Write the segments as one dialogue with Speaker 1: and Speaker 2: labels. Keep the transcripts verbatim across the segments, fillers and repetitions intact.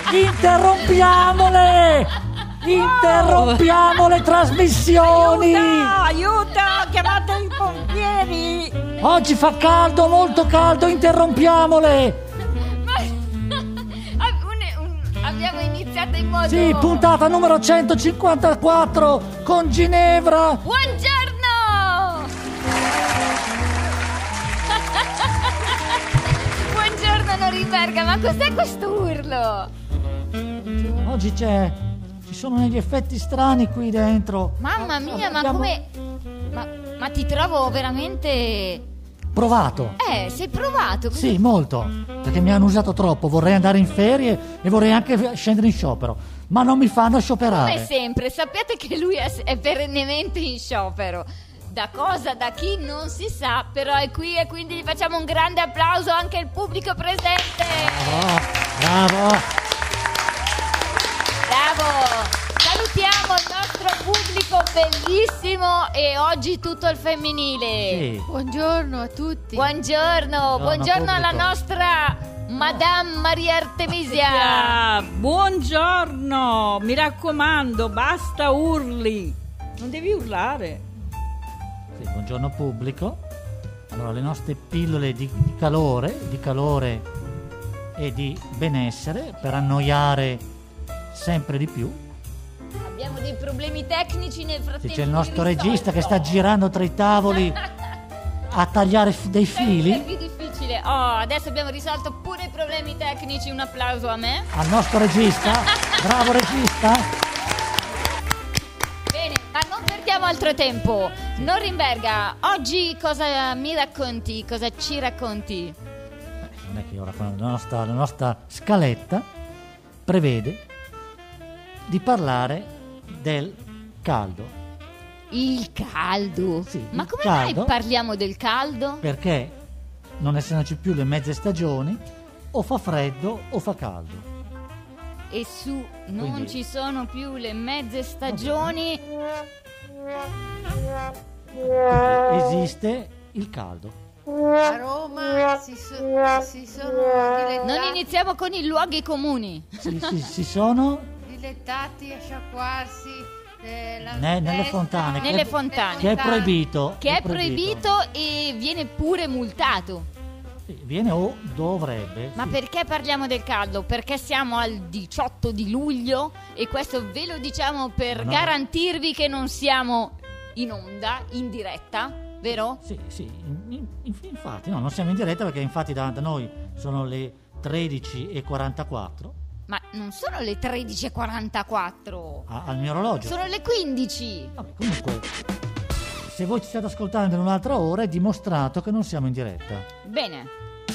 Speaker 1: Interrompiamole! Interrompiamo le trasmissioni!
Speaker 2: Aiuta! Aiuta! Chiamate i pompieri!
Speaker 1: Oggi fa caldo, molto caldo, interrompiamole!
Speaker 2: Abbiamo iniziato in modo...
Speaker 1: Sì, puntata numero centocinquantaquattro con Ginevra!
Speaker 2: Buongiorno! Buongiorno Norimberga, ma cos'è questo urlo?
Speaker 1: Oggi c'è... ci sono degli effetti strani qui dentro.
Speaker 2: Mamma mia,
Speaker 1: Abbiamo...
Speaker 2: ma come... Ma, ma ti trovo veramente...
Speaker 1: Provato.
Speaker 2: Eh, sei provato?
Speaker 1: Sì, molto, perché mi hanno usato troppo. Vorrei andare in ferie e vorrei anche scendere in sciopero, ma non mi fanno scioperare.
Speaker 2: Come sempre, sappiate che lui è, è perennemente in sciopero. Da cosa, da chi non si sa, però è qui e quindi gli facciamo un grande applauso anche al pubblico presente.
Speaker 1: Bravo, bravo.
Speaker 2: Bravo. Salutiamo il nostro pubblico bellissimo e oggi tutto al femminile.
Speaker 1: Sì.
Speaker 3: Buongiorno a tutti.
Speaker 2: Buongiorno, buongiorno, buongiorno alla nostra Madame Maria Artemisia.
Speaker 4: Buongiorno, mi raccomando, basta urli. Non devi urlare.
Speaker 1: Sì, buongiorno pubblico. Allora, le nostre pillole di, di calore, di calore e di benessere per annoiare sempre di più.
Speaker 2: Abbiamo dei problemi tecnici nel frattempo.
Speaker 1: Sì, c'è il nostro regista che sta girando tra i tavoli a tagliare f- dei fili.
Speaker 2: È più difficile. Oh, adesso abbiamo risolto pure i problemi tecnici. Un applauso a me.
Speaker 1: Al nostro regista. Bravo regista.
Speaker 2: Bene, ma non perdiamo altro tempo. Norimberga, oggi cosa mi racconti? Cosa ci racconti?
Speaker 1: Beh, non è che io racconto. La nostra, la nostra scaletta prevede di parlare del caldo.
Speaker 2: Il caldo?
Speaker 1: Sì,
Speaker 2: Ma
Speaker 1: il
Speaker 2: come
Speaker 1: caldo,
Speaker 2: mai parliamo del caldo?
Speaker 1: Perché non essendoci più le mezze stagioni, o fa freddo o fa caldo.
Speaker 2: E su non
Speaker 1: Quindi...
Speaker 2: ci sono più le mezze stagioni.
Speaker 1: Esiste il caldo.
Speaker 3: A Roma si, so- si sono dilettati,
Speaker 2: Non iniziamo con i luoghi comuni.
Speaker 1: Si, si, si sono
Speaker 3: dilettati a sciacquarsi eh, la
Speaker 1: ne- nelle
Speaker 3: testa.
Speaker 1: fontane.
Speaker 2: Nelle
Speaker 1: che,
Speaker 2: fontane.
Speaker 1: che è proibito.
Speaker 2: Che è proibito e viene pure multato.
Speaker 1: Sì, viene o dovrebbe.
Speaker 2: Ma
Speaker 1: sì.
Speaker 2: perché parliamo del caldo? Perché siamo al diciotto di luglio e questo ve lo diciamo per
Speaker 1: No.
Speaker 2: garantirvi che non siamo in onda, in diretta, vero?
Speaker 1: Sì, sì, in- in- infatti, no, non siamo in diretta perché infatti da, da noi sono le tredici e quarantaquattro
Speaker 2: Ma non sono le tredici e quarantaquattro,
Speaker 1: a- al mio orologio.
Speaker 2: sono le quindici.
Speaker 1: Vabbè, comunque, se voi ci state ascoltando in un'altra ora è dimostrato che non siamo in diretta.
Speaker 2: Bene.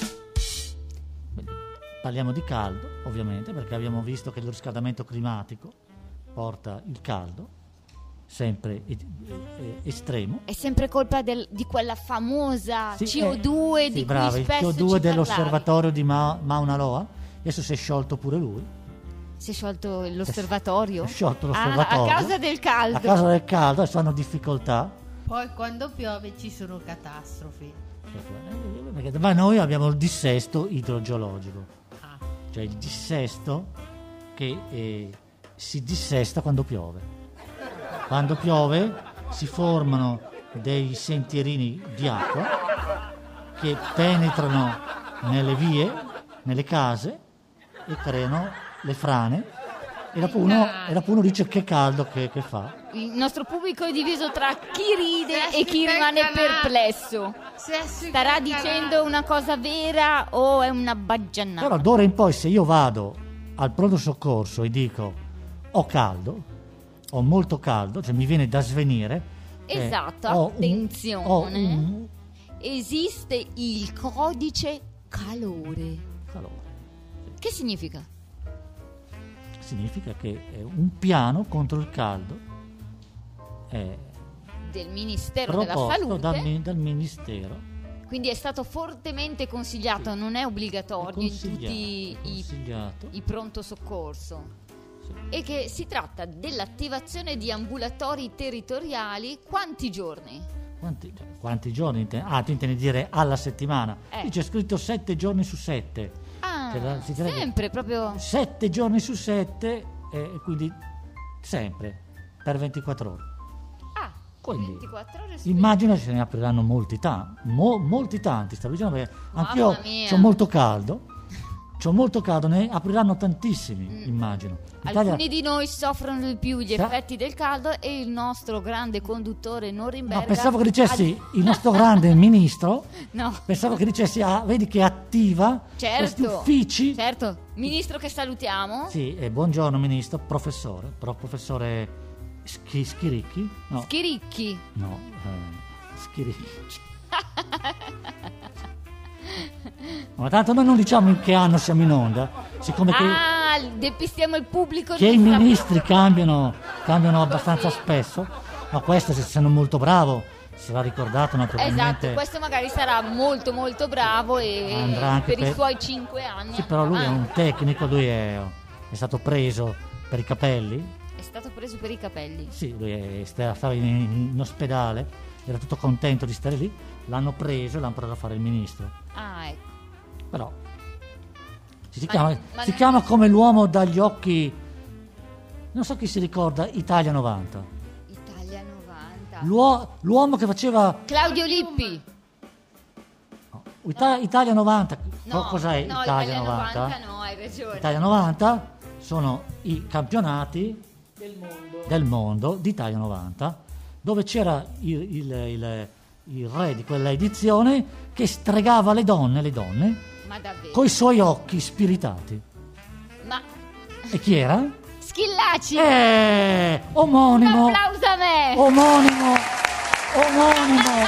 Speaker 1: Quindi, parliamo di caldo, ovviamente, perché abbiamo visto che il riscaldamento climatico porta il caldo sempre e- e- estremo.
Speaker 2: È sempre colpa del- di quella famosa
Speaker 1: Sì,
Speaker 2: C O due
Speaker 1: eh,
Speaker 2: di
Speaker 1: sì, brava,
Speaker 2: cui
Speaker 1: il
Speaker 2: spesso
Speaker 1: C O due
Speaker 2: ci
Speaker 1: dell'osservatorio di Ma- Mauna Loa. Adesso si è sciolto pure lui.
Speaker 2: parlavi. Si è sciolto l'osservatorio?
Speaker 1: Si è sciolto
Speaker 2: Ah,
Speaker 1: l'osservatorio.
Speaker 2: a causa del caldo.
Speaker 1: A causa del caldo, adesso hanno difficoltà.
Speaker 3: Poi quando piove ci sono catastrofi.
Speaker 1: Perché da noi abbiamo il dissesto idrogeologico,
Speaker 3: Ah.
Speaker 1: cioè il dissesto che eh, si dissesta quando piove. Quando piove si formano dei sentierini di acqua che penetrano nelle vie, nelle case e creano le frane. E dopo uno, e dopo uno dice che caldo che, che fa.
Speaker 2: Il nostro pubblico è diviso tra chi ride
Speaker 3: Se
Speaker 2: e chi
Speaker 3: si
Speaker 2: rimane
Speaker 3: becca là.
Speaker 2: perplesso.
Speaker 3: Se si
Speaker 2: Starà
Speaker 3: becca
Speaker 2: dicendo
Speaker 3: là.
Speaker 2: una cosa vera o è una baggianata?
Speaker 1: Però d'ora in poi se io vado al pronto soccorso e dico ho caldo, ho molto caldo, cioè mi viene da svenire. eh,
Speaker 2: Esatto,
Speaker 1: ho un-
Speaker 2: attenzione.
Speaker 1: ho un
Speaker 2: Esiste il codice calore.
Speaker 1: calore.
Speaker 2: Che significa?
Speaker 1: Significa che è un piano contro il caldo è
Speaker 2: Del Ministero della
Speaker 1: proposto
Speaker 2: Salute.
Speaker 1: dal, mi- dal Ministero.
Speaker 2: Quindi è stato fortemente consigliato,
Speaker 1: Sì.
Speaker 2: non è
Speaker 1: È
Speaker 2: obbligatorio in
Speaker 1: consigliato,
Speaker 2: tutti i,
Speaker 1: consigliato.
Speaker 2: i pronto soccorso.
Speaker 1: Sì.
Speaker 2: E che si tratta dell'attivazione di ambulatori territoriali quanti giorni?
Speaker 1: Quanti, cioè, quanti giorni? Inte- ah, tu intendi dire alla settimana?
Speaker 2: Eh.
Speaker 1: Qui c'è scritto sette giorni su sette.
Speaker 2: Ah,
Speaker 1: Te la- si tiene-
Speaker 2: Sempre, proprio...
Speaker 1: Sette giorni su sette, e quindi sempre, per ventiquattro ore.
Speaker 2: Ah,
Speaker 1: Quindi,
Speaker 2: ventiquattro ore su
Speaker 1: Immagino se ne apriranno molti, ta- mo- molti tanti, stavo dicendo perché
Speaker 2: Mamma
Speaker 1: anch'io
Speaker 2: mia.
Speaker 1: c'ho molto caldo, c'ho molto caldo, ne apriranno tantissimi, immagino. Italia-
Speaker 2: Alcuni di noi soffrono di più gli
Speaker 1: Sa-
Speaker 2: effetti del caldo e il nostro grande conduttore Norimberga...
Speaker 1: No, pensavo che dicessi il nostro grande ministro,
Speaker 2: No,
Speaker 1: pensavo che dicessi, ah, vedi che attiva questi
Speaker 2: certo,
Speaker 1: uffici.
Speaker 2: certo. Ministro che salutiamo.
Speaker 1: Sì, e buongiorno ministro, professore, però professore Schi- Schiricchi? No,
Speaker 2: Schiricchi.
Speaker 1: no, eh, Schiricchi. Ma tanto noi non diciamo in che anno siamo in onda, siccome che,
Speaker 2: Ah, depistiamo il pubblico.
Speaker 1: che
Speaker 2: di
Speaker 1: i
Speaker 2: sta-
Speaker 1: ministri cambiano, cambiano abbastanza spesso, ma questo se sono molto bravo, si sarà ricordato naturalmente.
Speaker 2: Esatto, questo magari sarà molto molto bravo e
Speaker 1: Andrà anche
Speaker 2: per i
Speaker 1: per-
Speaker 2: suoi cinque anni.
Speaker 1: Sì, però lui è un
Speaker 2: avanti.
Speaker 1: tecnico, lui è, è stato preso per i capelli.
Speaker 2: È stato preso per i capelli.
Speaker 1: Sì, lui è- sta- stava in, in ospedale, era tutto contento di stare lì, l'hanno preso e l'hanno preso a fare il ministro.
Speaker 2: Ah, ecco.
Speaker 1: Però si, si
Speaker 2: Ma-
Speaker 1: chiama,
Speaker 2: ma
Speaker 1: si
Speaker 2: non-
Speaker 1: chiama come l'uomo dagli occhi, non so chi si ricorda, Italia novanta.
Speaker 2: Italia novanta.
Speaker 1: L'uo- l'uomo che faceva
Speaker 2: Claudio Lippi.
Speaker 1: Ita- Italia novanta.
Speaker 2: No,
Speaker 1: Co- cos'è
Speaker 2: no,
Speaker 1: Italia novanta?
Speaker 2: novanta no, hai ragione.
Speaker 1: Italia novanta sono i campionati
Speaker 4: Del mondo.
Speaker 1: del mondo di Italia novanta, dove c'era il, il- il- il re di quella edizione che stregava le donne, le donne,
Speaker 2: Ma davvero?
Speaker 1: coi suoi occhi spiritati.
Speaker 2: Ma
Speaker 1: E chi era?
Speaker 2: Schillaci.
Speaker 1: Eh,
Speaker 2: Un
Speaker 1: omonimo,
Speaker 2: applauso a me.
Speaker 1: omonimo, omonimo,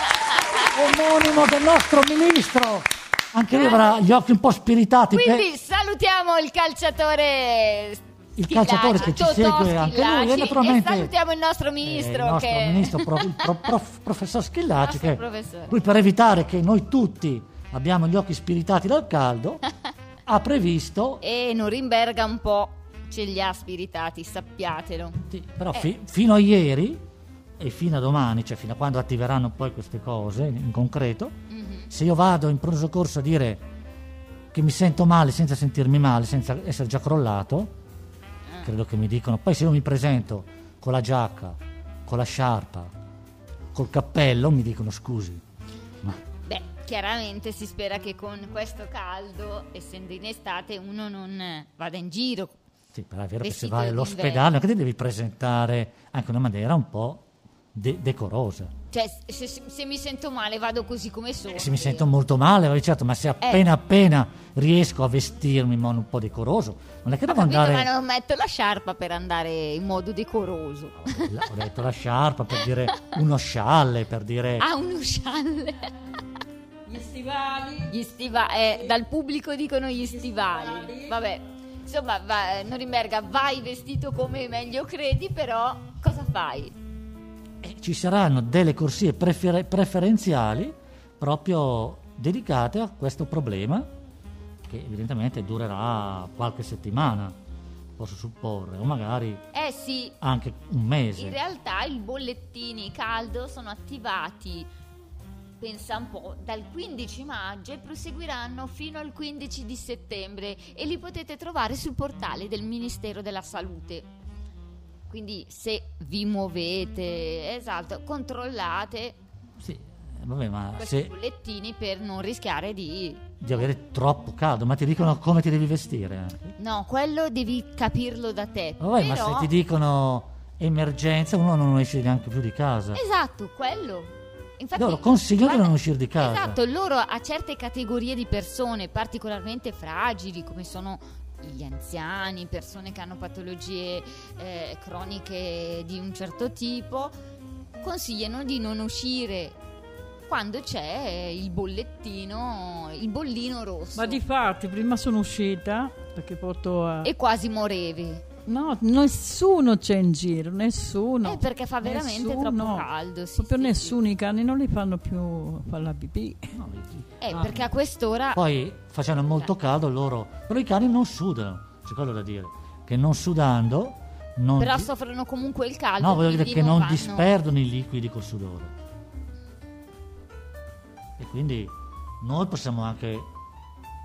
Speaker 1: omonimo del nostro ministro. Anche lui avrà gli occhi un po' spiritati. per-
Speaker 2: Quindi salutiamo il calciatore
Speaker 1: Il
Speaker 2: Schillaci,
Speaker 1: calciatore che ci
Speaker 2: Totò
Speaker 1: segue anche lui, e
Speaker 2: Schillaci,
Speaker 1: naturalmente
Speaker 2: e salutiamo il nostro
Speaker 1: eh,
Speaker 2: ministro
Speaker 1: il nostro
Speaker 2: che
Speaker 1: ministro pro- il pro- prof- professor Schillaci,
Speaker 2: Nostro
Speaker 1: che
Speaker 2: professore.
Speaker 1: lui, per evitare che noi tutti abbiamo gli occhi spiritati dal caldo, ha previsto
Speaker 2: e Norimberga un po' ce li ha spiritati, sappiatelo.
Speaker 1: sì, però
Speaker 2: Eh.
Speaker 1: fi- fino a ieri e fino a domani, cioè fino a quando attiveranno poi queste cose in concreto,
Speaker 2: Mhm.
Speaker 1: se io vado in pronto soccorso a dire che mi sento male senza sentirmi male, senza essere già crollato, credo che mi dicono. Poi se io mi presento con la giacca, con la sciarpa, col cappello, mi dicono scusi, ma
Speaker 2: Beh, chiaramente si spera che con questo caldo, essendo in estate, uno non eh, vada in giro.
Speaker 1: sì, però è vero che se
Speaker 2: Vestito
Speaker 1: vai
Speaker 2: d'inverno.
Speaker 1: all'ospedale anche ti devi presentare anche in una maniera un po' de- decorosa.
Speaker 2: Cioè, se, se- se mi sento male vado così come sono.
Speaker 1: E se mi
Speaker 2: io.
Speaker 1: sento molto male, vai certo, ma se appena appena riesco a vestirmi in modo un po' decoroso, non è che devo
Speaker 2: Capito,
Speaker 1: andare.
Speaker 2: ma non metto la sciarpa per andare in modo decoroso.
Speaker 1: La- Ho detto la sciarpa per dire uno scialle, per dire
Speaker 2: Ah, uno scialle.
Speaker 4: Gli stivali.
Speaker 2: Gli stivali, eh, dal pubblico dicono gli stivali.
Speaker 4: stivali.
Speaker 2: Vabbè, insomma, va, Norimberga, vai vestito come meglio credi, però cosa fai?
Speaker 1: eh, ci saranno delle corsie prefer- preferenziali proprio dedicate a questo problema, che evidentemente durerà qualche settimana, posso supporre, o magari
Speaker 2: Eh sì,
Speaker 1: anche un
Speaker 2: in
Speaker 1: mese.
Speaker 2: realtà i bollettini caldo sono attivati, pensa un po', dal quindici maggio e proseguiranno fino al quindici di settembre e li potete trovare sul portale del Ministero della Salute. Quindi se vi muovete, esatto, controllate
Speaker 1: Sì, eh, vabbè, ma
Speaker 2: questi
Speaker 1: se
Speaker 2: bollettini per non rischiare di...
Speaker 1: di avere troppo caldo, ma ti dicono come ti devi vestire anche.
Speaker 2: No, quello devi capirlo da te.
Speaker 1: Vabbè, ma
Speaker 2: però...
Speaker 1: se ti dicono emergenza, uno non esce neanche più di casa.
Speaker 2: Esatto, quello. Infatti,
Speaker 1: Loro consigliano di
Speaker 2: guarda-
Speaker 1: non uscire di casa.
Speaker 2: Esatto, loro a certe categorie di persone particolarmente fragili, come sono gli anziani, persone che hanno patologie eh, croniche di un certo tipo, consigliano di non uscire quando c'è il bollettino, il bollino rosso.
Speaker 4: Ma difatti, prima sono uscita perché porto a...
Speaker 2: E quasi morevi.
Speaker 4: No, nessuno c'è in giro, nessuno.
Speaker 2: Eh, perché fa veramente
Speaker 4: Nessuno.
Speaker 2: troppo caldo. Sì,
Speaker 4: Proprio
Speaker 2: sì,
Speaker 4: nessuno, i cani non li fanno più fare la pipì.
Speaker 1: No, vedi.
Speaker 2: sì. Eh,
Speaker 1: Ah,
Speaker 2: perché a quest'ora...
Speaker 1: Poi facendo molto caldo loro, però i cani non sudano, c'è quello da dire, che non sudando non
Speaker 2: Però
Speaker 1: di-
Speaker 2: soffrono comunque il caldo.
Speaker 1: no, voglio dire
Speaker 2: quindi
Speaker 1: che non
Speaker 2: vanno-
Speaker 1: disperdono i liquidi col sudore. E quindi noi possiamo anche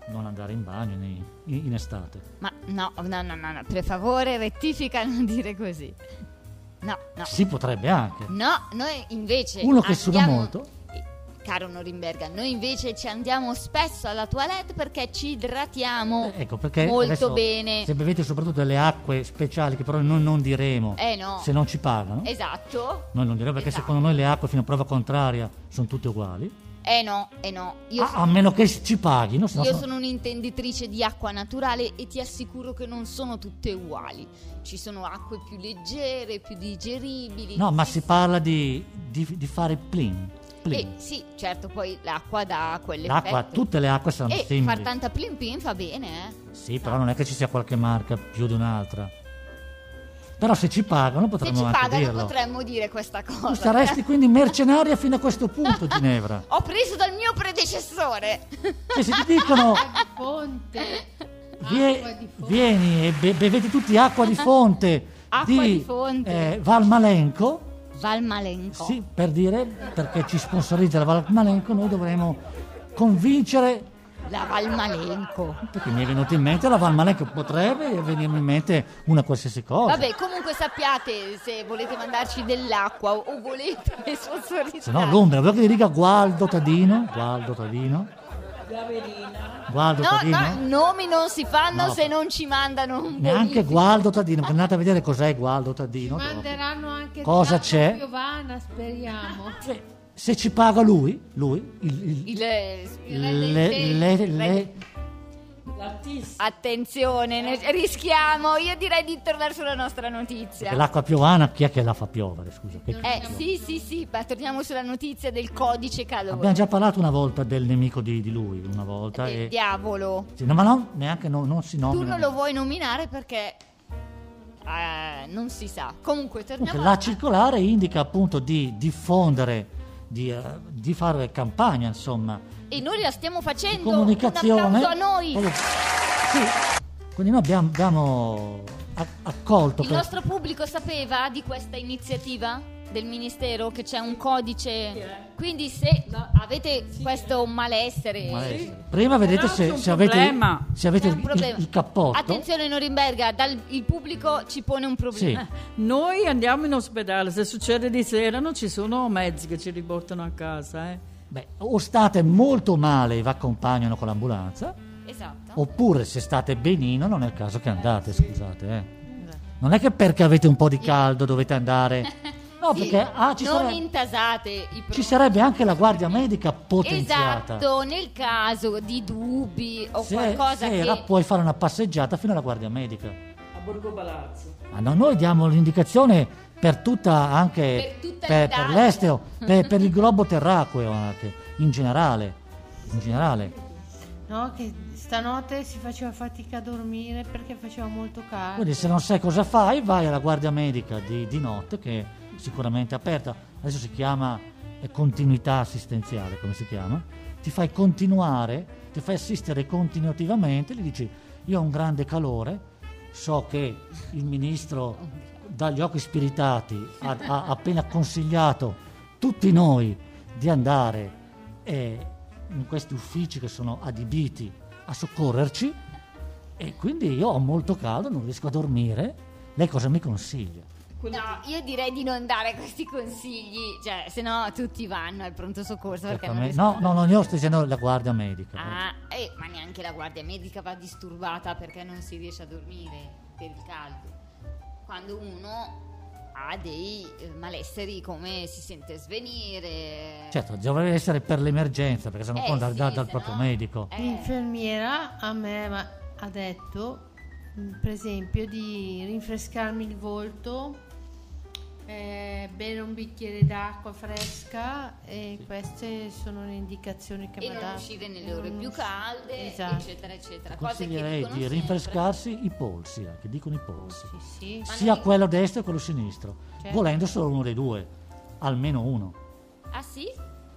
Speaker 1: non andare in bagno in, in estate.
Speaker 2: Ma no, no, no, no, no, per favore rettifica a non dire così. No, no.
Speaker 1: Si potrebbe anche.
Speaker 2: No, noi invece
Speaker 1: Uno che suda
Speaker 2: andiamo-
Speaker 1: molto.
Speaker 2: Caro Norimberga, noi invece ci andiamo spesso alla toilette perché ci idratiamo
Speaker 1: Eh, ecco, perché
Speaker 2: molto
Speaker 1: adesso,
Speaker 2: bene.
Speaker 1: se bevete soprattutto delle acque speciali, che però noi non diremo
Speaker 2: Eh no.
Speaker 1: se non ci pagano,
Speaker 2: Esatto.
Speaker 1: noi non diremo perché
Speaker 2: Esatto.
Speaker 1: secondo noi le acque fino a prova contraria sono tutte uguali,
Speaker 2: Eh no, eh no. Io,
Speaker 1: a, a meno che ci paghino. Se no
Speaker 2: io
Speaker 1: sono-
Speaker 2: sono un'intenditrice di acqua naturale e ti assicuro che non sono tutte uguali. Ci sono acque più leggere, più digeribili.
Speaker 1: No, ma
Speaker 2: Sì,
Speaker 1: si
Speaker 2: sì.
Speaker 1: parla di, di, di fare plin. plin.
Speaker 2: Eh, sì, certo, poi l'acqua dà quell'effetto.
Speaker 1: L'acqua, tutte le acque saranno
Speaker 2: E
Speaker 1: simili.
Speaker 2: far tanta plin plin fa bene, eh.
Speaker 1: Sì, però non è che ci sia qualche marca più di un'altra. Però se ci pagano
Speaker 2: Se
Speaker 1: potremmo
Speaker 2: ci
Speaker 1: anche
Speaker 2: pagano
Speaker 1: dirlo.
Speaker 2: potremmo dire questa cosa.
Speaker 1: Tu saresti quindi mercenaria fino a questo punto, Ginevra.
Speaker 2: Ho preso dal mio predecessore.
Speaker 1: Che se ti dicono
Speaker 3: Fonte.
Speaker 1: vie-
Speaker 3: Acqua di fonte.
Speaker 1: vieni e be- bevete tutti acqua di fonte
Speaker 2: Acqua di fonte.
Speaker 1: eh, Valmalenco,
Speaker 2: Valmalenco.
Speaker 1: sì, per dire, perché ci sponsorizza la Valmalenco, noi dovremo convincere,
Speaker 2: La Valmalenco.
Speaker 1: perché mi è venuto in mente la Valmalenco, potrebbe venirmi in mente una qualsiasi cosa.
Speaker 2: Vabbè, comunque sappiate, se volete mandarci dell'acqua o o volete sponsorizzare.
Speaker 1: Se no l'ombra, vuoi che ti dica Gualdo Tadino? Gualdo Tadino? Gualdo
Speaker 2: No,
Speaker 1: Tadino?
Speaker 2: no, nomi non si fanno
Speaker 1: No.
Speaker 2: se non ci mandano un
Speaker 1: Neanche
Speaker 2: bonifico.
Speaker 1: Gualdo Tadino, andate a vedere cos'è Gualdo Tadino. dopo.
Speaker 3: Manderanno anche
Speaker 1: Cosa
Speaker 3: dell'acqua
Speaker 1: c'è?
Speaker 3: Piovana, speriamo.
Speaker 1: Se ci paga lui, lui, il, il-
Speaker 2: Il, il-
Speaker 1: le, le- le-
Speaker 2: Attenzione, ne- rischiamo. Io direi di tornare sulla nostra notizia.
Speaker 1: che l'acqua piovana, chi è che la fa piovere, scusa? Che-
Speaker 2: Eh sì, sì, sì, ma torniamo sulla notizia del codice calore.
Speaker 1: Abbiamo già parlato una volta del nemico di, di lui, una volta.
Speaker 2: Del
Speaker 1: E,
Speaker 2: diavolo.
Speaker 1: sì, no, ma no, neanche no- non si nomina.
Speaker 2: Tu non lo vuoi nominare perché eh, non si sa. Comunque torniamo
Speaker 1: Comunque, la circolare indica appunto di diffondere, di, eh, di fare campagna, insomma,
Speaker 2: e noi la stiamo
Speaker 1: di
Speaker 2: facendo.
Speaker 1: comunicazione.
Speaker 2: Un applauso a noi.
Speaker 1: Proprio- Sì, quindi noi abbiamo, abbiamo a- accolto
Speaker 2: Il
Speaker 1: que-
Speaker 2: nostro pubblico sapeva di questa iniziativa del ministero che c'è un codice. Quindi se avete questo malessere,
Speaker 1: malessere. Prima vedete
Speaker 4: Però
Speaker 1: se,
Speaker 4: c'è un
Speaker 1: se avete,
Speaker 4: problema.
Speaker 1: se avete
Speaker 2: c'è un
Speaker 1: il,
Speaker 2: problema.
Speaker 1: il- il cappotto.
Speaker 2: Attenzione Norimberga, dal, il pubblico ci pone un problema.
Speaker 1: Sì.
Speaker 4: Noi andiamo in ospedale, se succede di sera non ci sono mezzi che ci riportano a casa. Eh.
Speaker 1: Beh, o state molto male e vi accompagnano con l'ambulanza,
Speaker 2: Esatto.
Speaker 1: oppure se state benino non è il caso che andate, scusate. Eh. Non è che perché avete un po' di caldo dovete andare... No,
Speaker 2: Sì,
Speaker 1: perché ah, ci,
Speaker 2: non
Speaker 1: sare-
Speaker 2: intasate i
Speaker 1: ci
Speaker 2: problemi.
Speaker 1: sarebbe anche la guardia medica potenziata.
Speaker 2: Esatto, nel caso di dubbi o
Speaker 1: Se,
Speaker 2: qualcosa
Speaker 1: sera
Speaker 2: che
Speaker 1: puoi fare una passeggiata fino alla guardia medica.
Speaker 4: A Borgo Palazzo.
Speaker 1: Ma no, noi diamo l'indicazione per tutta anche
Speaker 2: Per tutta
Speaker 1: per,
Speaker 2: l'Italia.
Speaker 1: per l'estero, per, per il globo terracqueo anche, in generale. In generale.
Speaker 3: No, che stanotte si faceva fatica a dormire perché faceva molto caldo.
Speaker 1: Quindi se non sai cosa fai, vai alla guardia medica di, di notte, che è sicuramente aperta. Adesso si chiama eh, continuità assistenziale, come si chiama. Ti fai continuare, ti fai assistere continuativamente, gli dici io ho un grande calore, so che il ministro dagli occhi spiritati ha, ha appena consigliato tutti noi di andare eh, in questi uffici che sono adibiti a soccorrerci, e quindi io ho molto caldo, non riesco a dormire. Lei cosa mi consiglia?
Speaker 2: No, io direi di non dare questi consigli, cioè, se no tutti vanno al pronto soccorso perché non
Speaker 1: Certamente-
Speaker 2: riescono.
Speaker 1: No, no, no, io sto dicendo la guardia medica.
Speaker 2: Ah, eh, ma neanche la guardia medica va disturbata perché non si riesce a dormire per il caldo. Quando uno ha dei eh, malesseri come si sente svenire.
Speaker 1: Certo, dovrebbe essere per l'emergenza, perché sennò
Speaker 2: Eh,
Speaker 1: può andare
Speaker 2: sì,
Speaker 1: da- dal
Speaker 2: se
Speaker 1: proprio
Speaker 2: no-
Speaker 1: medico.
Speaker 2: Eh,
Speaker 3: L'infermiera a me ma- ha detto, mh, per esempio, di rinfrescarmi il volto, eh, bere un bicchiere d'acqua fresca, e queste sono le indicazioni che
Speaker 2: e
Speaker 3: mi ha
Speaker 2: non
Speaker 3: dato.
Speaker 2: uscire nelle
Speaker 3: E
Speaker 2: ore
Speaker 3: non
Speaker 2: più
Speaker 3: us-
Speaker 2: calde,
Speaker 3: Esatto.
Speaker 2: eccetera, eccetera. Cose che
Speaker 1: Consiglierei
Speaker 2: dicono
Speaker 1: di
Speaker 2: sempre.
Speaker 1: rinfrescarsi i polsi, anche dicono i polsi.
Speaker 3: Sì, sì.
Speaker 2: Ma
Speaker 1: Sia
Speaker 2: noi-
Speaker 1: quello destro che quello sinistro.
Speaker 3: Certo.
Speaker 1: Volendo solo uno dei due, almeno uno.
Speaker 2: Ah sì?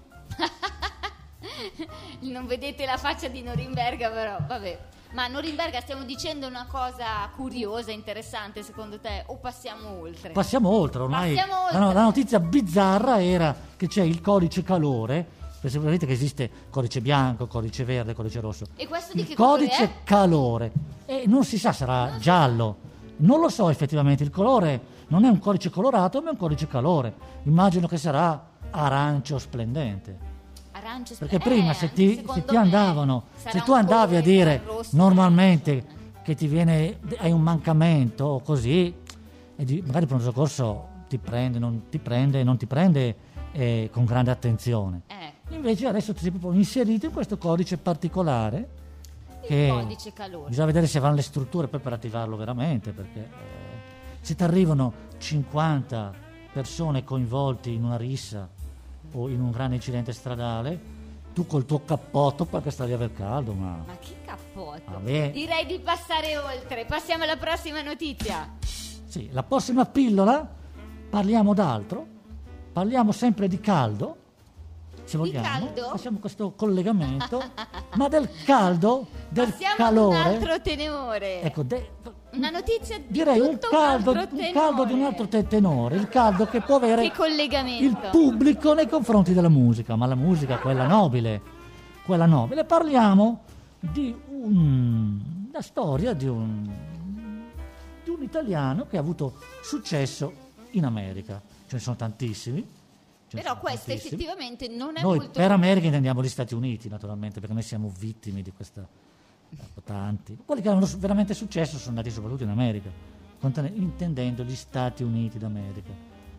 Speaker 2: Non vedete la faccia di Norimberga, però vabbè. Ma Norimberga, stiamo dicendo una cosa curiosa, interessante secondo te, o passiamo oltre?
Speaker 1: Passiamo oltre, ormai
Speaker 2: Passiamo oltre.
Speaker 1: La, no- la notizia bizzarra era che c'è il codice calore perché sapete che esiste codice bianco, codice verde, codice rosso.
Speaker 2: E questo di
Speaker 1: Il
Speaker 2: che colore
Speaker 1: codice
Speaker 2: è?
Speaker 1: calore, e non si sa, sarà giallo, non lo so effettivamente, il colore non è un codice colorato ma è un codice calore, immagino che sarà arancio splendente.
Speaker 2: Arancio sp-
Speaker 1: Perché
Speaker 2: eh,
Speaker 1: prima se ti,
Speaker 2: secondo
Speaker 1: se ti
Speaker 2: me
Speaker 1: andavano,
Speaker 2: sarà
Speaker 1: se tu
Speaker 2: un
Speaker 1: andavi a
Speaker 2: colore
Speaker 1: dire
Speaker 2: rosso.
Speaker 1: normalmente che ti viene, hai un mancamento o così, e di- magari il pronto soccorso ti prende, non ti prende, non ti prende eh, con grande attenzione.
Speaker 2: Eh,
Speaker 1: Invece adesso ti sei proprio inserito in questo codice particolare
Speaker 2: il
Speaker 1: che
Speaker 2: codice calore.
Speaker 1: bisogna vedere se vanno le strutture poi per attivarlo veramente, perché eh, se ti arrivano cinquanta persone coinvolte in una rissa o in un grande incidente stradale, tu col tuo cappotto perché stavi a aver caldo, ma
Speaker 2: Ma che cappotto.
Speaker 1: Vabbè.
Speaker 2: Direi di passare oltre. Passiamo alla prossima notizia.
Speaker 1: sì, la prossima pillola parliamo d'altro, parliamo sempre di caldo, se vogliamo,
Speaker 2: caldo?
Speaker 1: facciamo questo collegamento, ma del caldo, del
Speaker 2: Passiamo
Speaker 1: calore,
Speaker 2: ad un altro tenore.
Speaker 1: ecco, de-
Speaker 2: Una notizia di
Speaker 1: direi un
Speaker 2: tutto
Speaker 1: caldo,
Speaker 2: un altro
Speaker 1: un
Speaker 2: tenore.
Speaker 1: caldo di un altro te- tenore, il caldo che può avere
Speaker 2: Che collegamento.
Speaker 1: il pubblico nei confronti della musica, ma la musica quella nobile, quella nobile. Parliamo di un, la storia di un, di un italiano che ha avuto successo in America. Ce ne sono tantissimi. ce ne
Speaker 2: Però
Speaker 1: sono
Speaker 2: questo
Speaker 1: tantissimi.
Speaker 2: effettivamente non è
Speaker 1: Noi
Speaker 2: molto...
Speaker 1: per America intendiamo gli Stati Uniti, naturalmente, perché noi siamo vittime di questa... ecco, tanti. Quelli che hanno su- veramente successo sono andati soprattutto in America, conten- intendendo gli Stati Uniti d'America.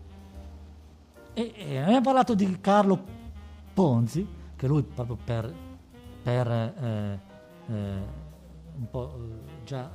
Speaker 1: E, e abbiamo parlato di Carlo Ponzi, che lui proprio per, per eh, eh, un po' eh, già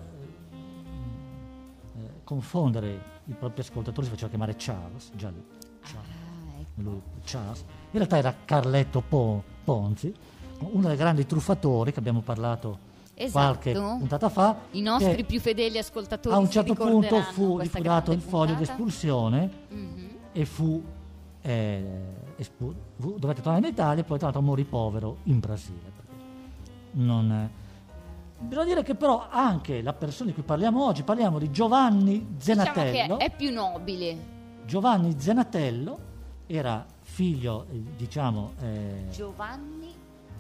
Speaker 1: eh, confondere i propri ascoltatori si faceva chiamare Charles, già lì. Charles.
Speaker 2: Ah, ecco.
Speaker 1: Lui, Charles. In realtà era Carletto Po- Ponzi, uno dei grandi truffatori che abbiamo parlato
Speaker 2: Esatto.
Speaker 1: qualche puntata fa.
Speaker 2: I nostri
Speaker 1: che
Speaker 2: più fedeli ascoltatori
Speaker 1: a un
Speaker 2: si
Speaker 1: certo punto
Speaker 2: ricorderanno
Speaker 1: fu
Speaker 2: questa
Speaker 1: liquidato il
Speaker 2: grande
Speaker 1: foglio
Speaker 2: puntata.
Speaker 1: d'espulsione
Speaker 2: Mhm.
Speaker 1: e fu, eh, espu- fu- dovette tornare in Italia e poi tra l'altro morì povero in Brasile. perché Non, eh. Bisogna dire che però anche la persona di cui parliamo oggi, parliamo di Giovanni Zenatello.
Speaker 2: Diciamo che è più nobile.
Speaker 1: Giovanni Zenatello era figlio, eh, diciamo, eh,
Speaker 2: Giovanni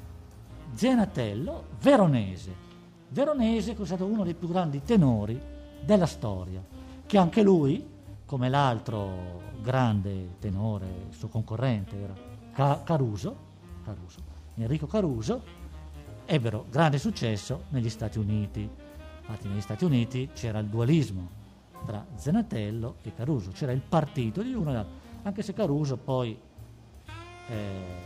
Speaker 1: Zenatello, veronese. Veronese che è stato uno dei più grandi tenori della storia, che anche lui, come l'altro grande tenore, il suo concorrente era Ca- Caruso, Caruso, Enrico Caruso, ebbero grande successo negli Stati Uniti. Infatti negli Stati Uniti c'era il dualismo tra Zenatello e Caruso, c'era il partito di uno e l'altro, anche se Caruso poi eh,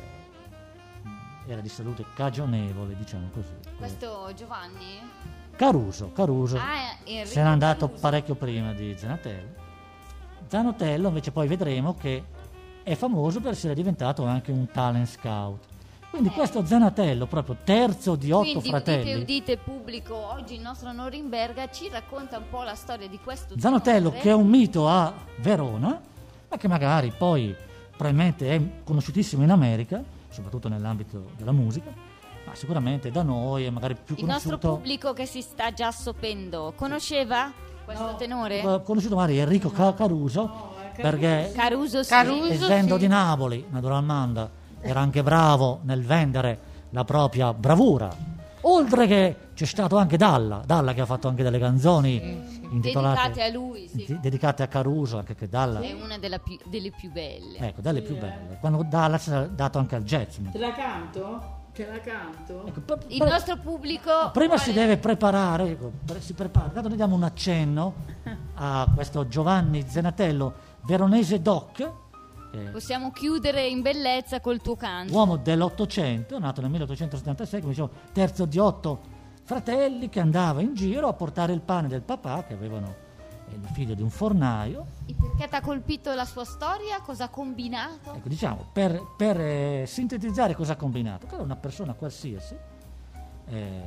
Speaker 1: era di salute cagionevole, diciamo così.
Speaker 2: Questo Giovanni?
Speaker 1: Caruso, Caruso
Speaker 2: Ah, Enrico
Speaker 1: se n'è andato
Speaker 2: Caruso.
Speaker 1: parecchio prima di Zenatello. Zanatello invece poi vedremo che è famoso per essere diventato anche un talent scout. Quindi questo Zanatello, proprio terzo di otto
Speaker 2: Quindi
Speaker 1: fratelli,
Speaker 2: udite, udite pubblico, oggi il nostro Norimberga ci racconta un po' la storia di questo
Speaker 1: Zanatello
Speaker 2: tenore.
Speaker 1: che è un mito a Verona, ma che magari poi probabilmente è conosciutissimo in America, soprattutto nell'ambito della musica, ma sicuramente da noi è magari più
Speaker 2: Il nostro
Speaker 1: conosciuto,
Speaker 2: pubblico che si sta già assopendo conosceva questo tenore?
Speaker 1: eh, conosciuto magari Enrico Ca- Caruso, perché
Speaker 2: Caruso sì.
Speaker 3: Caruso.
Speaker 1: essendo
Speaker 3: sì.
Speaker 1: di Napoli, naturalmente era anche bravo nel vendere la propria bravura. Oltre che c'è stato anche Dalla, Dalla che ha fatto anche delle canzoni intitolate
Speaker 2: Dedicate a lui, sì.
Speaker 1: di- dedicate a Caruso, anche che Dalla,
Speaker 2: È una della più- delle più belle.
Speaker 1: ecco, delle più belle. Quando Dalla si è dato anche al jazz.
Speaker 4: Te la canto? Te la canto?
Speaker 1: Ecco, per-
Speaker 2: Il
Speaker 1: per-
Speaker 2: nostro pubblico
Speaker 1: prima si
Speaker 2: vuole-
Speaker 1: deve preparare, ecco, pre- si prepara. Intanto noi diamo un accenno a questo Giovanni Zenatello, veronese doc, che è
Speaker 2: possiamo chiudere in bellezza col tuo canto.
Speaker 1: uomo dell'Ottocento, nato nel milleottocentosettantasei, come dicevo, terzo di otto fratelli, che andava in giro a portare il pane del papà, che avevano eh, il figlio di un fornaio.
Speaker 2: E perché ti ha colpito la sua storia? Cosa ha combinato?
Speaker 1: Ecco, diciamo, per, per eh, sintetizzare cosa ha combinato, che era una persona qualsiasi, eh,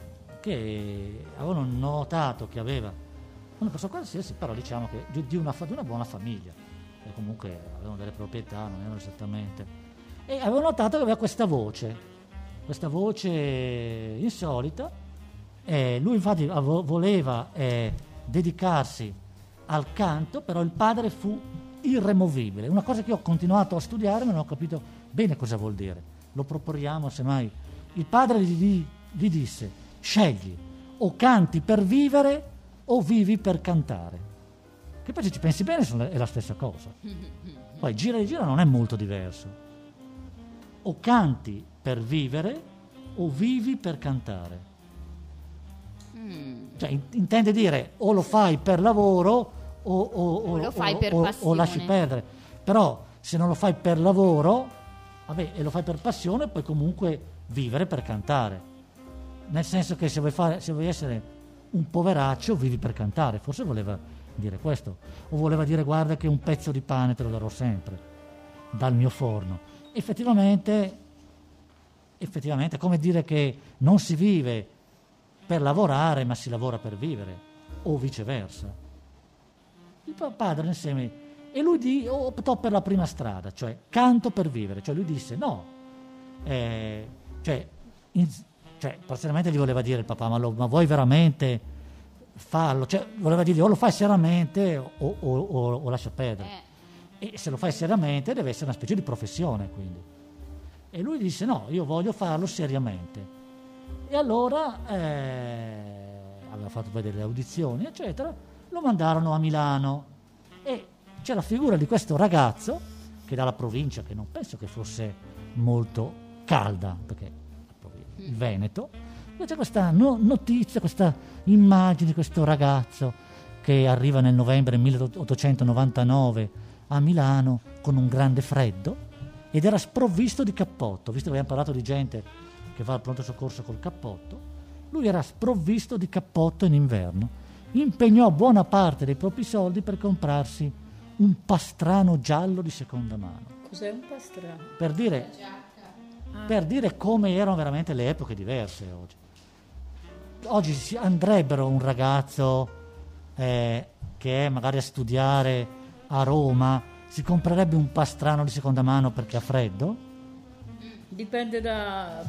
Speaker 1: che avevano notato che aveva una persona qualsiasi, però diciamo che di, di una, fa- di una buona famiglia, e comunque avevano delle proprietà, non erano esattamente, e avevano notato che aveva questa voce, questa voce insolita, e lui infatti avo- voleva eh, dedicarsi al canto, però il padre fu irremovibile, una cosa che ho continuato a studiare ma non ho capito bene cosa vuol dire. lo proponiamo semmai. Il padre gli, gli disse: scegli, o canti per vivere o vivi per cantare. Che poi se ci pensi bene è la stessa cosa. Poi gira e gira non è molto diverso. O canti per vivere o vivi per cantare.
Speaker 2: Mm.
Speaker 1: Cioè in- intende dire o lo fai per lavoro o, o,
Speaker 2: O lo fai
Speaker 1: o-
Speaker 2: per
Speaker 1: o-
Speaker 2: passione.
Speaker 1: o lasci perdere. Però se non lo fai per lavoro, vabbè, e lo fai per passione, puoi comunque vivere per cantare. Nel senso che se vuoi, fare, se vuoi essere un poveraccio, vivi per cantare. Forse voleva dire questo. O voleva dire: guarda che un pezzo di pane te lo darò sempre dal mio forno. Effettivamente, effettivamente è come dire che non si vive per lavorare, ma si lavora per vivere, o viceversa. Il pa- padre insieme, e lui di, optò per la prima strada, cioè canto per vivere. Cioè lui disse no, eh, cioè, in, cioè parzialmente gli voleva dire il papà: ma, lo, ma vuoi veramente farlo? Cioè voleva dirgli: o lo fai seriamente o, o, o, o lascia perdere.
Speaker 2: Eh.
Speaker 1: E se lo fai seriamente deve essere una specie di professione, quindi. E lui disse: no, io voglio farlo seriamente. E allora eh, aveva fatto vedere le audizioni, eccetera, lo mandarono a Milano. E c'è la figura di questo ragazzo che dalla provincia, che non penso che fosse molto calda, perché la provincia- il Veneto, dove c'è questa no- notizia, questa immagine di questo ragazzo che arriva nel novembre milleottocentonovantanove a Milano con un grande freddo ed era sprovvisto di cappotto. Visto che abbiamo parlato di gente che va al pronto soccorso col cappotto, lui era sprovvisto di cappotto in inverno. Impegnò buona parte dei propri soldi per comprarsi un pastrano giallo di seconda mano.
Speaker 4: Cos'è un pastrano?
Speaker 1: Per dire, per dire come erano veramente le epoche diverse oggi. Oggi si andrebbero un ragazzo eh, che è magari a studiare a Roma, si comprerebbe un pastrano di seconda mano perché ha freddo?
Speaker 4: Dipende da,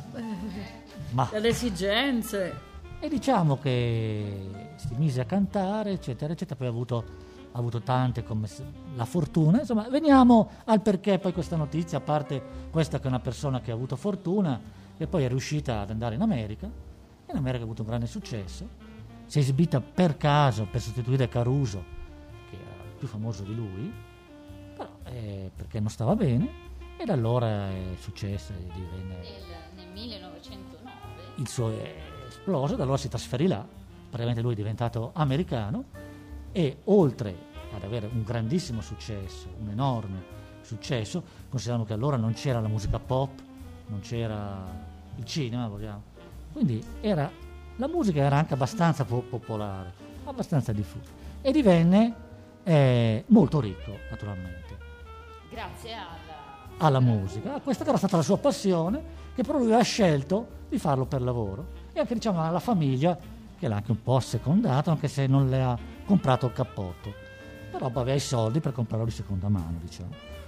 Speaker 1: Ma
Speaker 4: dalle esigenze.
Speaker 1: e diciamo che si mise a cantare, eccetera, eccetera. Poi ha avuto, ha avuto tante come se- la fortuna. Insomma, veniamo al perché poi questa notizia, a parte questa che è una persona che ha avuto fortuna e poi è riuscita ad andare in America. In America ha avuto un grande successo. Si è esibita per caso per sostituire Caruso, che era più famoso di lui, però eh, perché non stava bene. E da allora è successo e divenne
Speaker 2: Nel, nel millenovecentonove.
Speaker 1: il suo è esploso, da allora si trasferì là, praticamente lui è diventato americano e oltre ad avere un grandissimo successo, un enorme successo, considerando che allora non c'era la musica pop, non c'era il cinema, vogliamo. Quindi era, la musica era anche abbastanza po- popolare, abbastanza diffusa e divenne eh, molto ricco, naturalmente,
Speaker 2: Grazie alla...
Speaker 1: alla musica. Questa che era stata la sua passione, che però lui ha scelto di farlo per lavoro, e anche diciamo alla famiglia che l'ha anche un po' assecondato, anche se non le ha comprato il cappotto, però poi aveva i soldi per comprarlo di seconda mano, diciamo.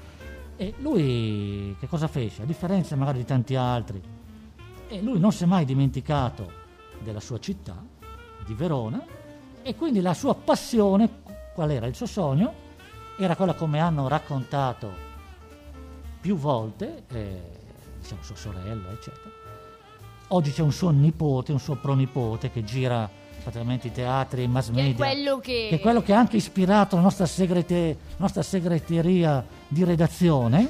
Speaker 1: E lui che cosa fece? A differenza magari di tanti altri, e lui non si è mai dimenticato della sua città, di Verona, e quindi la sua passione, qual era? Il suo sogno era quella, come hanno raccontato più volte, eh, diciamo sua sorella, eccetera. Oggi c'è un suo nipote, un suo pronipote che gira praticamente i teatri e i mass
Speaker 2: Che è
Speaker 1: media,
Speaker 2: quello che...
Speaker 1: che è quello che ha anche ispirato la nostra, segrete- nostra segreteria di redazione.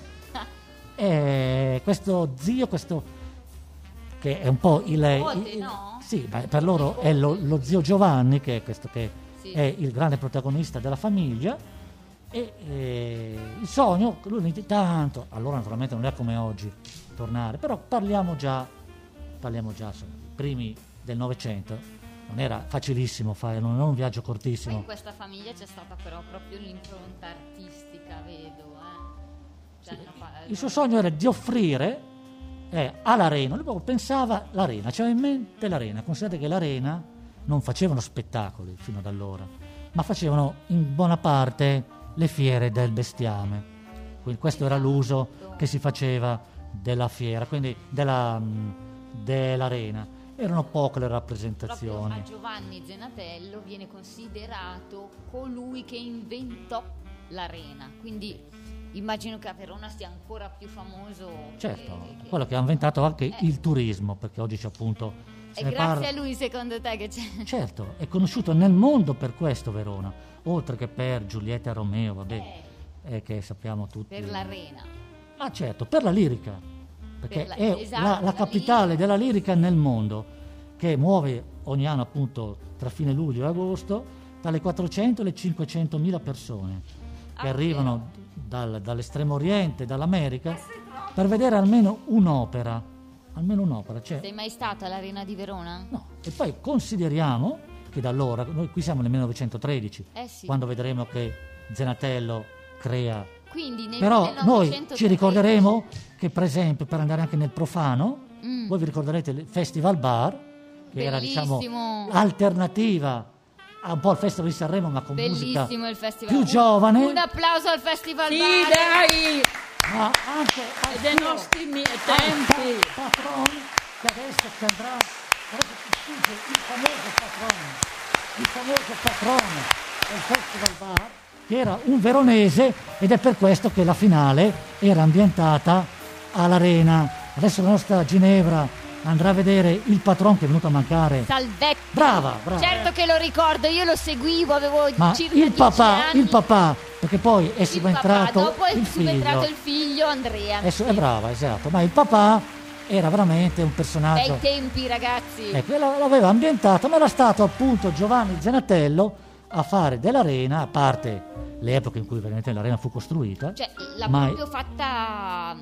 Speaker 1: E questo zio, questo che è un po' il...
Speaker 2: Nipote,
Speaker 1: il-
Speaker 2: no?
Speaker 1: Sì, ma per loro è lo, lo zio Giovanni, che è questo che
Speaker 2: Sì.
Speaker 1: è il grande protagonista della famiglia. E eh, il sogno, lui ogni tanto, allora naturalmente non è come oggi tornare, però parliamo già, parliamo già insomma, dei primi del Novecento, non era facilissimo fare, non era un viaggio
Speaker 2: Poi
Speaker 1: cortissimo.
Speaker 2: in questa famiglia c'è stata però proprio l'impronta artistica, vedo. Eh. Cioè, hanno fa-
Speaker 1: Il suo sogno era di offrire eh, all'Arena, lui proprio pensava l'Arena, c'aveva in mente l'Arena, considerate che l'Arena non facevano spettacoli fino ad allora, ma facevano in buona parte le fiere del bestiame. Quindi questo era l'uso che si faceva della fiera, quindi della, mh, dell'Arena. Erano poche le
Speaker 2: Proprio
Speaker 1: rappresentazioni.
Speaker 2: a Giovanni Zenatello viene considerato colui che inventò l'arena, quindi immagino che a Verona sia ancora più famoso.
Speaker 1: Certo,
Speaker 2: che- che-
Speaker 1: quello che ha inventato anche
Speaker 2: Eh.
Speaker 1: il turismo, perché oggi c'è appunto... se
Speaker 2: È
Speaker 1: ne
Speaker 2: grazie
Speaker 1: parla-
Speaker 2: a lui, secondo te, che c'è?
Speaker 1: Certo, è conosciuto nel mondo per questo Verona, oltre che per Giulietta e Romeo, vabbè, eh, che sappiamo tutti.
Speaker 2: Per l'Arena.
Speaker 1: Ah certo, per la lirica, perché
Speaker 2: Per la-
Speaker 1: è
Speaker 2: esatto,
Speaker 1: la, la
Speaker 2: la
Speaker 1: capitale
Speaker 2: lirica.
Speaker 1: della lirica nel mondo, che muove ogni anno appunto tra fine luglio e agosto dalle quattrocento alle cinquecentomila persone che
Speaker 2: Ah,
Speaker 1: arrivano dal- dall'estremo oriente, dall'America, per vedere almeno un'opera, almeno un'opera. Cioè,
Speaker 2: Sei mai stata all'Arena di Verona?
Speaker 1: no. E poi consideriamo che da allora, noi qui siamo nel millenovecentotredici,
Speaker 2: Eh sì.
Speaker 1: quando vedremo che Zenatello crea.
Speaker 2: Quindi nel
Speaker 1: Però noi
Speaker 2: millenovecentotredici
Speaker 1: ci ricorderemo che, per esempio, per andare anche nel profano,
Speaker 2: Mm.
Speaker 1: voi vi ricorderete il Festival Bar, che era, diciamo,
Speaker 2: Bellissimo.
Speaker 1: alternativa a un po' al Festival di Sanremo, ma con musica
Speaker 2: Bellissimo il festival.
Speaker 1: più
Speaker 2: Un-
Speaker 1: giovane,
Speaker 2: Un applauso al Festival
Speaker 4: Sì,
Speaker 2: Bar.
Speaker 4: dai!
Speaker 1: ma anche al
Speaker 4: Dei
Speaker 1: suo-
Speaker 4: nostri mi-
Speaker 1: al
Speaker 4: tempi.
Speaker 1: pa- patrono, che adesso ci andrà, adesso ci sfugge il famoso patrono, il famoso patrono del Festival Bar, che era un veronese, ed è per questo che la finale era ambientata all'Arena. Adesso la nostra Ginevra andrà a vedere il patron che è venuto a mancare.
Speaker 2: Salvecchio.
Speaker 1: Brava, brava.
Speaker 2: Certo che lo ricordo, io lo seguivo, avevo
Speaker 1: Ma
Speaker 2: circa
Speaker 1: il
Speaker 2: dieci
Speaker 1: papà,
Speaker 2: anni.
Speaker 1: il papà, perché poi è
Speaker 2: Il
Speaker 1: subentrato
Speaker 2: papà, dopo è
Speaker 1: il
Speaker 2: subentrato
Speaker 1: figlio.
Speaker 2: il figlio Andrea.
Speaker 1: È, su- è brava, esatto, ma il papà era veramente un personaggio.
Speaker 2: Bei tempi, ragazzi.
Speaker 1: Ecco, la- l'aveva ambientato, ma era stato appunto Giovanni Zenatello a fare dell'Arena, a parte le epoche in cui veramente l'Arena fu costruita,
Speaker 2: Cioè, l'ha
Speaker 1: ma-
Speaker 2: proprio fatta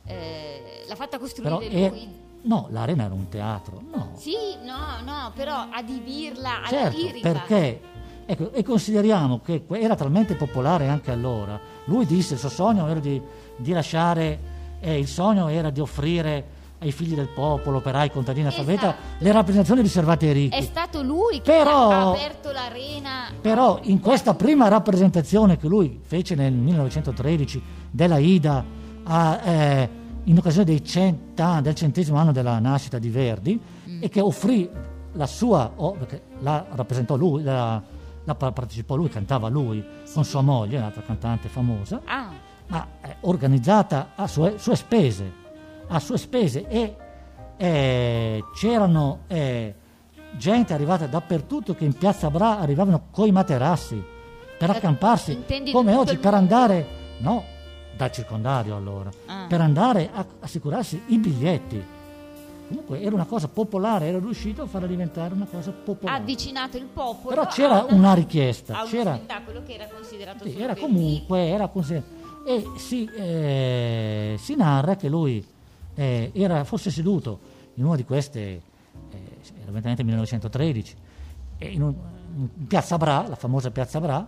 Speaker 2: eh, l'ha fatta costruire
Speaker 1: però è-
Speaker 2: lui.
Speaker 1: no, l'Arena era un teatro, no.
Speaker 2: Sì, no, no, però adibirla alla
Speaker 1: Certo,
Speaker 2: lirica.
Speaker 1: perché ecco, e consideriamo che que- era talmente popolare anche allora. Lui disse il suo sogno era di, di lasciare, eh, il sogno era di offrire ai figli del popolo, operai, contadini, analfabeti,
Speaker 2: Esatto.
Speaker 1: le rappresentazioni riservate ai ricchi.
Speaker 2: È stato lui che
Speaker 1: Però-
Speaker 2: ha aperto l'arena.
Speaker 1: Però in questa prima rappresentazione che lui fece nel millenovecentotredici della Ida, a, eh, in occasione dei centa- del centesimo anno della nascita di Verdi,
Speaker 2: Mm.
Speaker 1: e che offrì la sua, oh, perché la rappresentò lui, la, la pa- partecipò lui, cantava lui con sua moglie, un'altra cantante famosa,
Speaker 2: Ah,
Speaker 1: ma eh, organizzata a sue, sue spese, a sue spese, e eh, c'erano eh, gente arrivata dappertutto che in Piazza Bra arrivavano coi materassi per
Speaker 2: Eh,
Speaker 1: accamparsi,
Speaker 2: intendi
Speaker 1: come
Speaker 2: tutto
Speaker 1: oggi
Speaker 2: il
Speaker 1: per
Speaker 2: mondo?
Speaker 1: andare, no, dal circondario allora,
Speaker 2: Ah.
Speaker 1: per andare a assicurarsi i biglietti. Comunque era una cosa popolare, era riuscito a farla diventare una cosa
Speaker 2: ha
Speaker 1: popolare.
Speaker 2: avvicinato il popolo.
Speaker 1: Però c'era
Speaker 2: a
Speaker 1: una richiesta,
Speaker 2: a uno
Speaker 1: c'era,
Speaker 2: spettacolo che era considerato
Speaker 1: sì,
Speaker 2: solo
Speaker 1: era
Speaker 2: per
Speaker 1: comunque, era considerato, e si, eh, si narra che lui eh, era forse seduto in una di queste, eh, era evidentemente millenovecentotredici, e in, un- in Piazza Bra, la famosa Piazza Bra,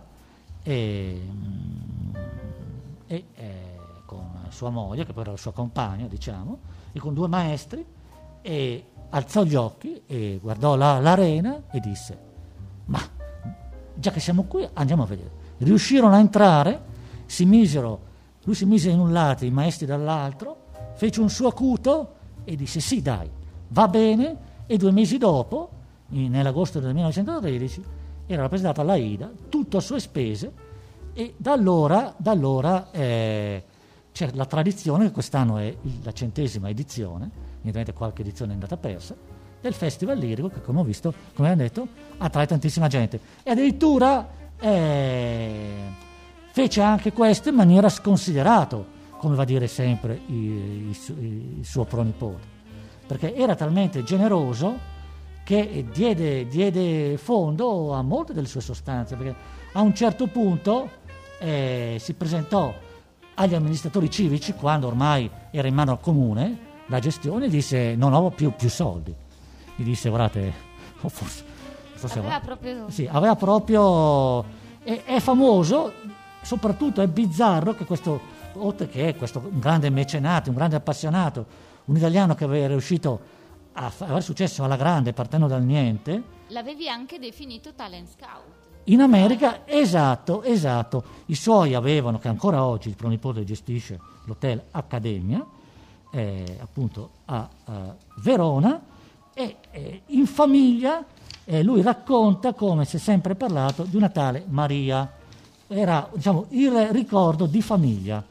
Speaker 1: e, mm, e, eh, con sua moglie, che poi era la sua compagna, diciamo, e con due maestri, e alzò gli occhi e guardò la- l'arena e disse: ma già che siamo qui andiamo a vedere. Riuscirono a entrare, si misero, lui si mise in un lato, i maestri dall'altro, fece un suo acuto e disse sì dai, va bene, e due mesi dopo, in- nell'agosto del millenovecentotredici, era rappresentata l'Aida, tutto a sue spese, e da allora, da allora eh, c'è la tradizione, che quest'anno è il- la centesima edizione, evidentemente qualche edizione è andata persa, del Festival Lirico, che come ho visto, come abbiamo detto, attrae tantissima gente. E addirittura eh, fece anche questo in maniera sconsiderato, come va a dire sempre il, il su- il suo pronipote, perché era talmente generoso che diede, diede fondo a molte delle sue sostanze, perché a un certo punto eh, si presentò agli amministratori civici, quando ormai era in mano al comune la gestione, e disse non ho più, più soldi. Gli disse guardate, o forse, forse
Speaker 2: Aveva proprio...
Speaker 1: sì, aveva proprio, è, è famoso, soprattutto è bizzarro che questo, oltre che questo un grande mecenato, un grande appassionato, un italiano che aveva riuscito a fa- avere successo alla grande partendo dal niente,
Speaker 2: L'avevi anche definito talent scout.
Speaker 1: in America, esatto, esatto, i suoi avevano, che ancora oggi il pronipote gestisce l'hotel Accademia, eh, appunto a, a Verona, e eh, in famiglia eh, lui racconta come si è sempre parlato di una tale Maria, era diciamo il ricordo di famiglia,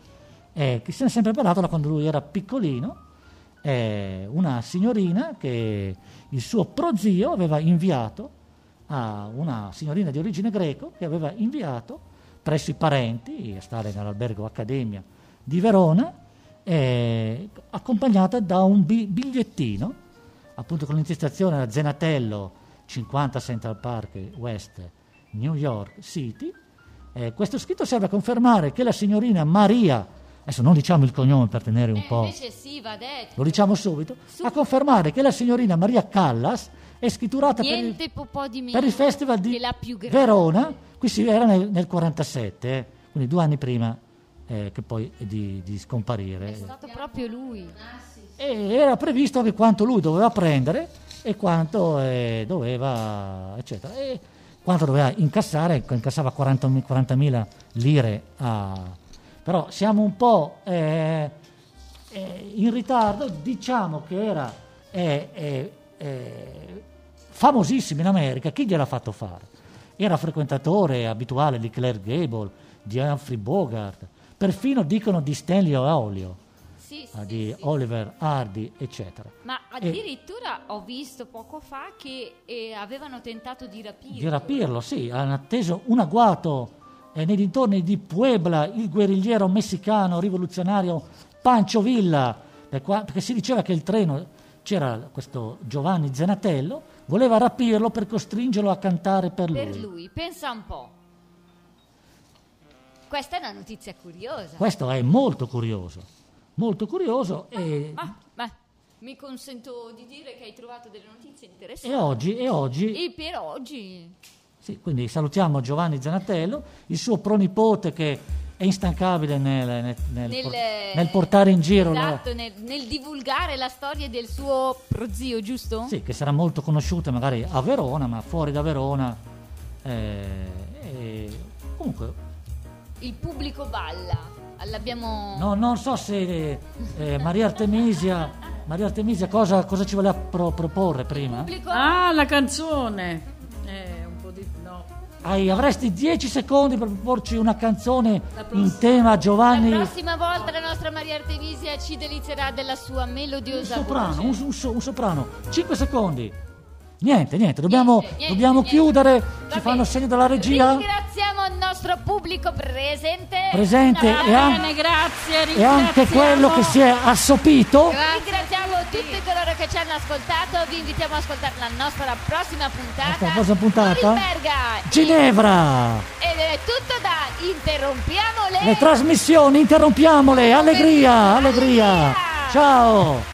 Speaker 1: eh, che se ne è sempre parlato da quando lui era piccolino, è una signorina che il suo prozio aveva inviato a una signorina di origine greco che aveva inviato presso i parenti a stare nell'albergo Accademia di Verona, eh, accompagnata da un bi- bigliettino appunto con l'intestazione da Zenatello cinquanta Central Park West, New York City. Eh, questo scritto serve a confermare che la signorina Maria, adesso non diciamo il cognome per tenere un
Speaker 2: Eh,
Speaker 1: po',
Speaker 2: invece sì, va detto.
Speaker 1: lo diciamo subito,
Speaker 2: Su-
Speaker 1: a confermare che la signorina Maria Callas è scritturata per il,
Speaker 2: Niente po' po' di meno
Speaker 1: per il Festival di
Speaker 2: che la più grande.
Speaker 1: Verona, qui si era nel, nel quarantasette, eh, quindi due anni prima eh, che poi di, di
Speaker 2: È
Speaker 1: scomparire.
Speaker 2: stato proprio lui.
Speaker 1: E era previsto anche quanto lui doveva prendere e quanto eh, doveva, eccetera. E quanto doveva incassare, incassava quarantamila lire a... Però siamo un po' eh, eh, in ritardo, diciamo che era eh, eh, eh, famosissimo in America. Chi gliel'ha fatto fare? Era frequentatore abituale di Clark Gable, di Humphrey Bogart, perfino dicono di Stanley Olio,
Speaker 2: Sì,
Speaker 1: ah,
Speaker 2: sì,
Speaker 1: di
Speaker 2: sì.
Speaker 1: Oliver Hardy, eccetera.
Speaker 2: Ma addirittura ho visto poco fa che eh, avevano tentato di rapirlo.
Speaker 1: Di rapirlo, sì, hanno atteso un agguato eh, nei dintorni di Puebla, il guerrigliero messicano rivoluzionario Pancho Villa, per qua- perché si diceva che il treno, c'era questo Giovanni Zenatello, voleva rapirlo per costringerlo a cantare per lui.
Speaker 2: Per lui, pensa un po'. Questa è una notizia curiosa.
Speaker 1: Questo è molto curioso, molto curioso e,
Speaker 2: Ma, ma mi consento di dire che hai trovato delle notizie
Speaker 1: e
Speaker 2: interessanti.
Speaker 1: oggi, e oggi
Speaker 2: E per oggi
Speaker 1: sì, quindi salutiamo Giovanni Zenatello, il suo pronipote che è instancabile nel, nel- nel
Speaker 2: nel,
Speaker 1: por- nel portare in giro la-
Speaker 2: esatto, nel, nel divulgare la storia del suo prozio, giusto?
Speaker 1: sì, che sarà molto conosciuta magari a Verona, ma fuori da Verona. eh, e comunque,
Speaker 2: Il pubblico balla. L'abbiamo
Speaker 1: no, non so se eh, Maria Artemisia, Maria Artemisia cosa, cosa ci voleva pro- proporre prima?
Speaker 2: pubblico
Speaker 4: Ah, la canzone. Eh, un po' di... no.
Speaker 1: Hai- avresti dieci secondi per proporci una canzone
Speaker 4: La prossima-
Speaker 1: in tema Giovanni.
Speaker 2: La prossima volta la nostra Maria Artemisia ci delizierà della sua
Speaker 1: Un
Speaker 2: melodiosa
Speaker 1: soprano,
Speaker 2: voce.
Speaker 1: un, un so- un soprano, cinque secondi. Niente, niente, dobbiamo,
Speaker 2: Niente, niente,
Speaker 1: dobbiamo
Speaker 2: niente.
Speaker 1: chiudere.
Speaker 2: Va
Speaker 1: Ci fanno
Speaker 2: bene.
Speaker 1: segno dalla regia.
Speaker 2: Ringraziamo il nostro pubblico presente.
Speaker 1: Presente
Speaker 2: Una-
Speaker 1: e anche-
Speaker 4: Bene, grazie.
Speaker 1: E anche quello che si è assopito.
Speaker 2: Ringraziamo tutti coloro che ci hanno ascoltato. Vi invitiamo ad ascoltare la nostra prossima puntata.
Speaker 1: La prossima puntata?
Speaker 2: Norimberga.
Speaker 1: Ginevra.
Speaker 2: Ed è tutto da Interrompiamo le...
Speaker 1: Le trasmissioni, interrompiamole. Allegria, allegria. Ciao.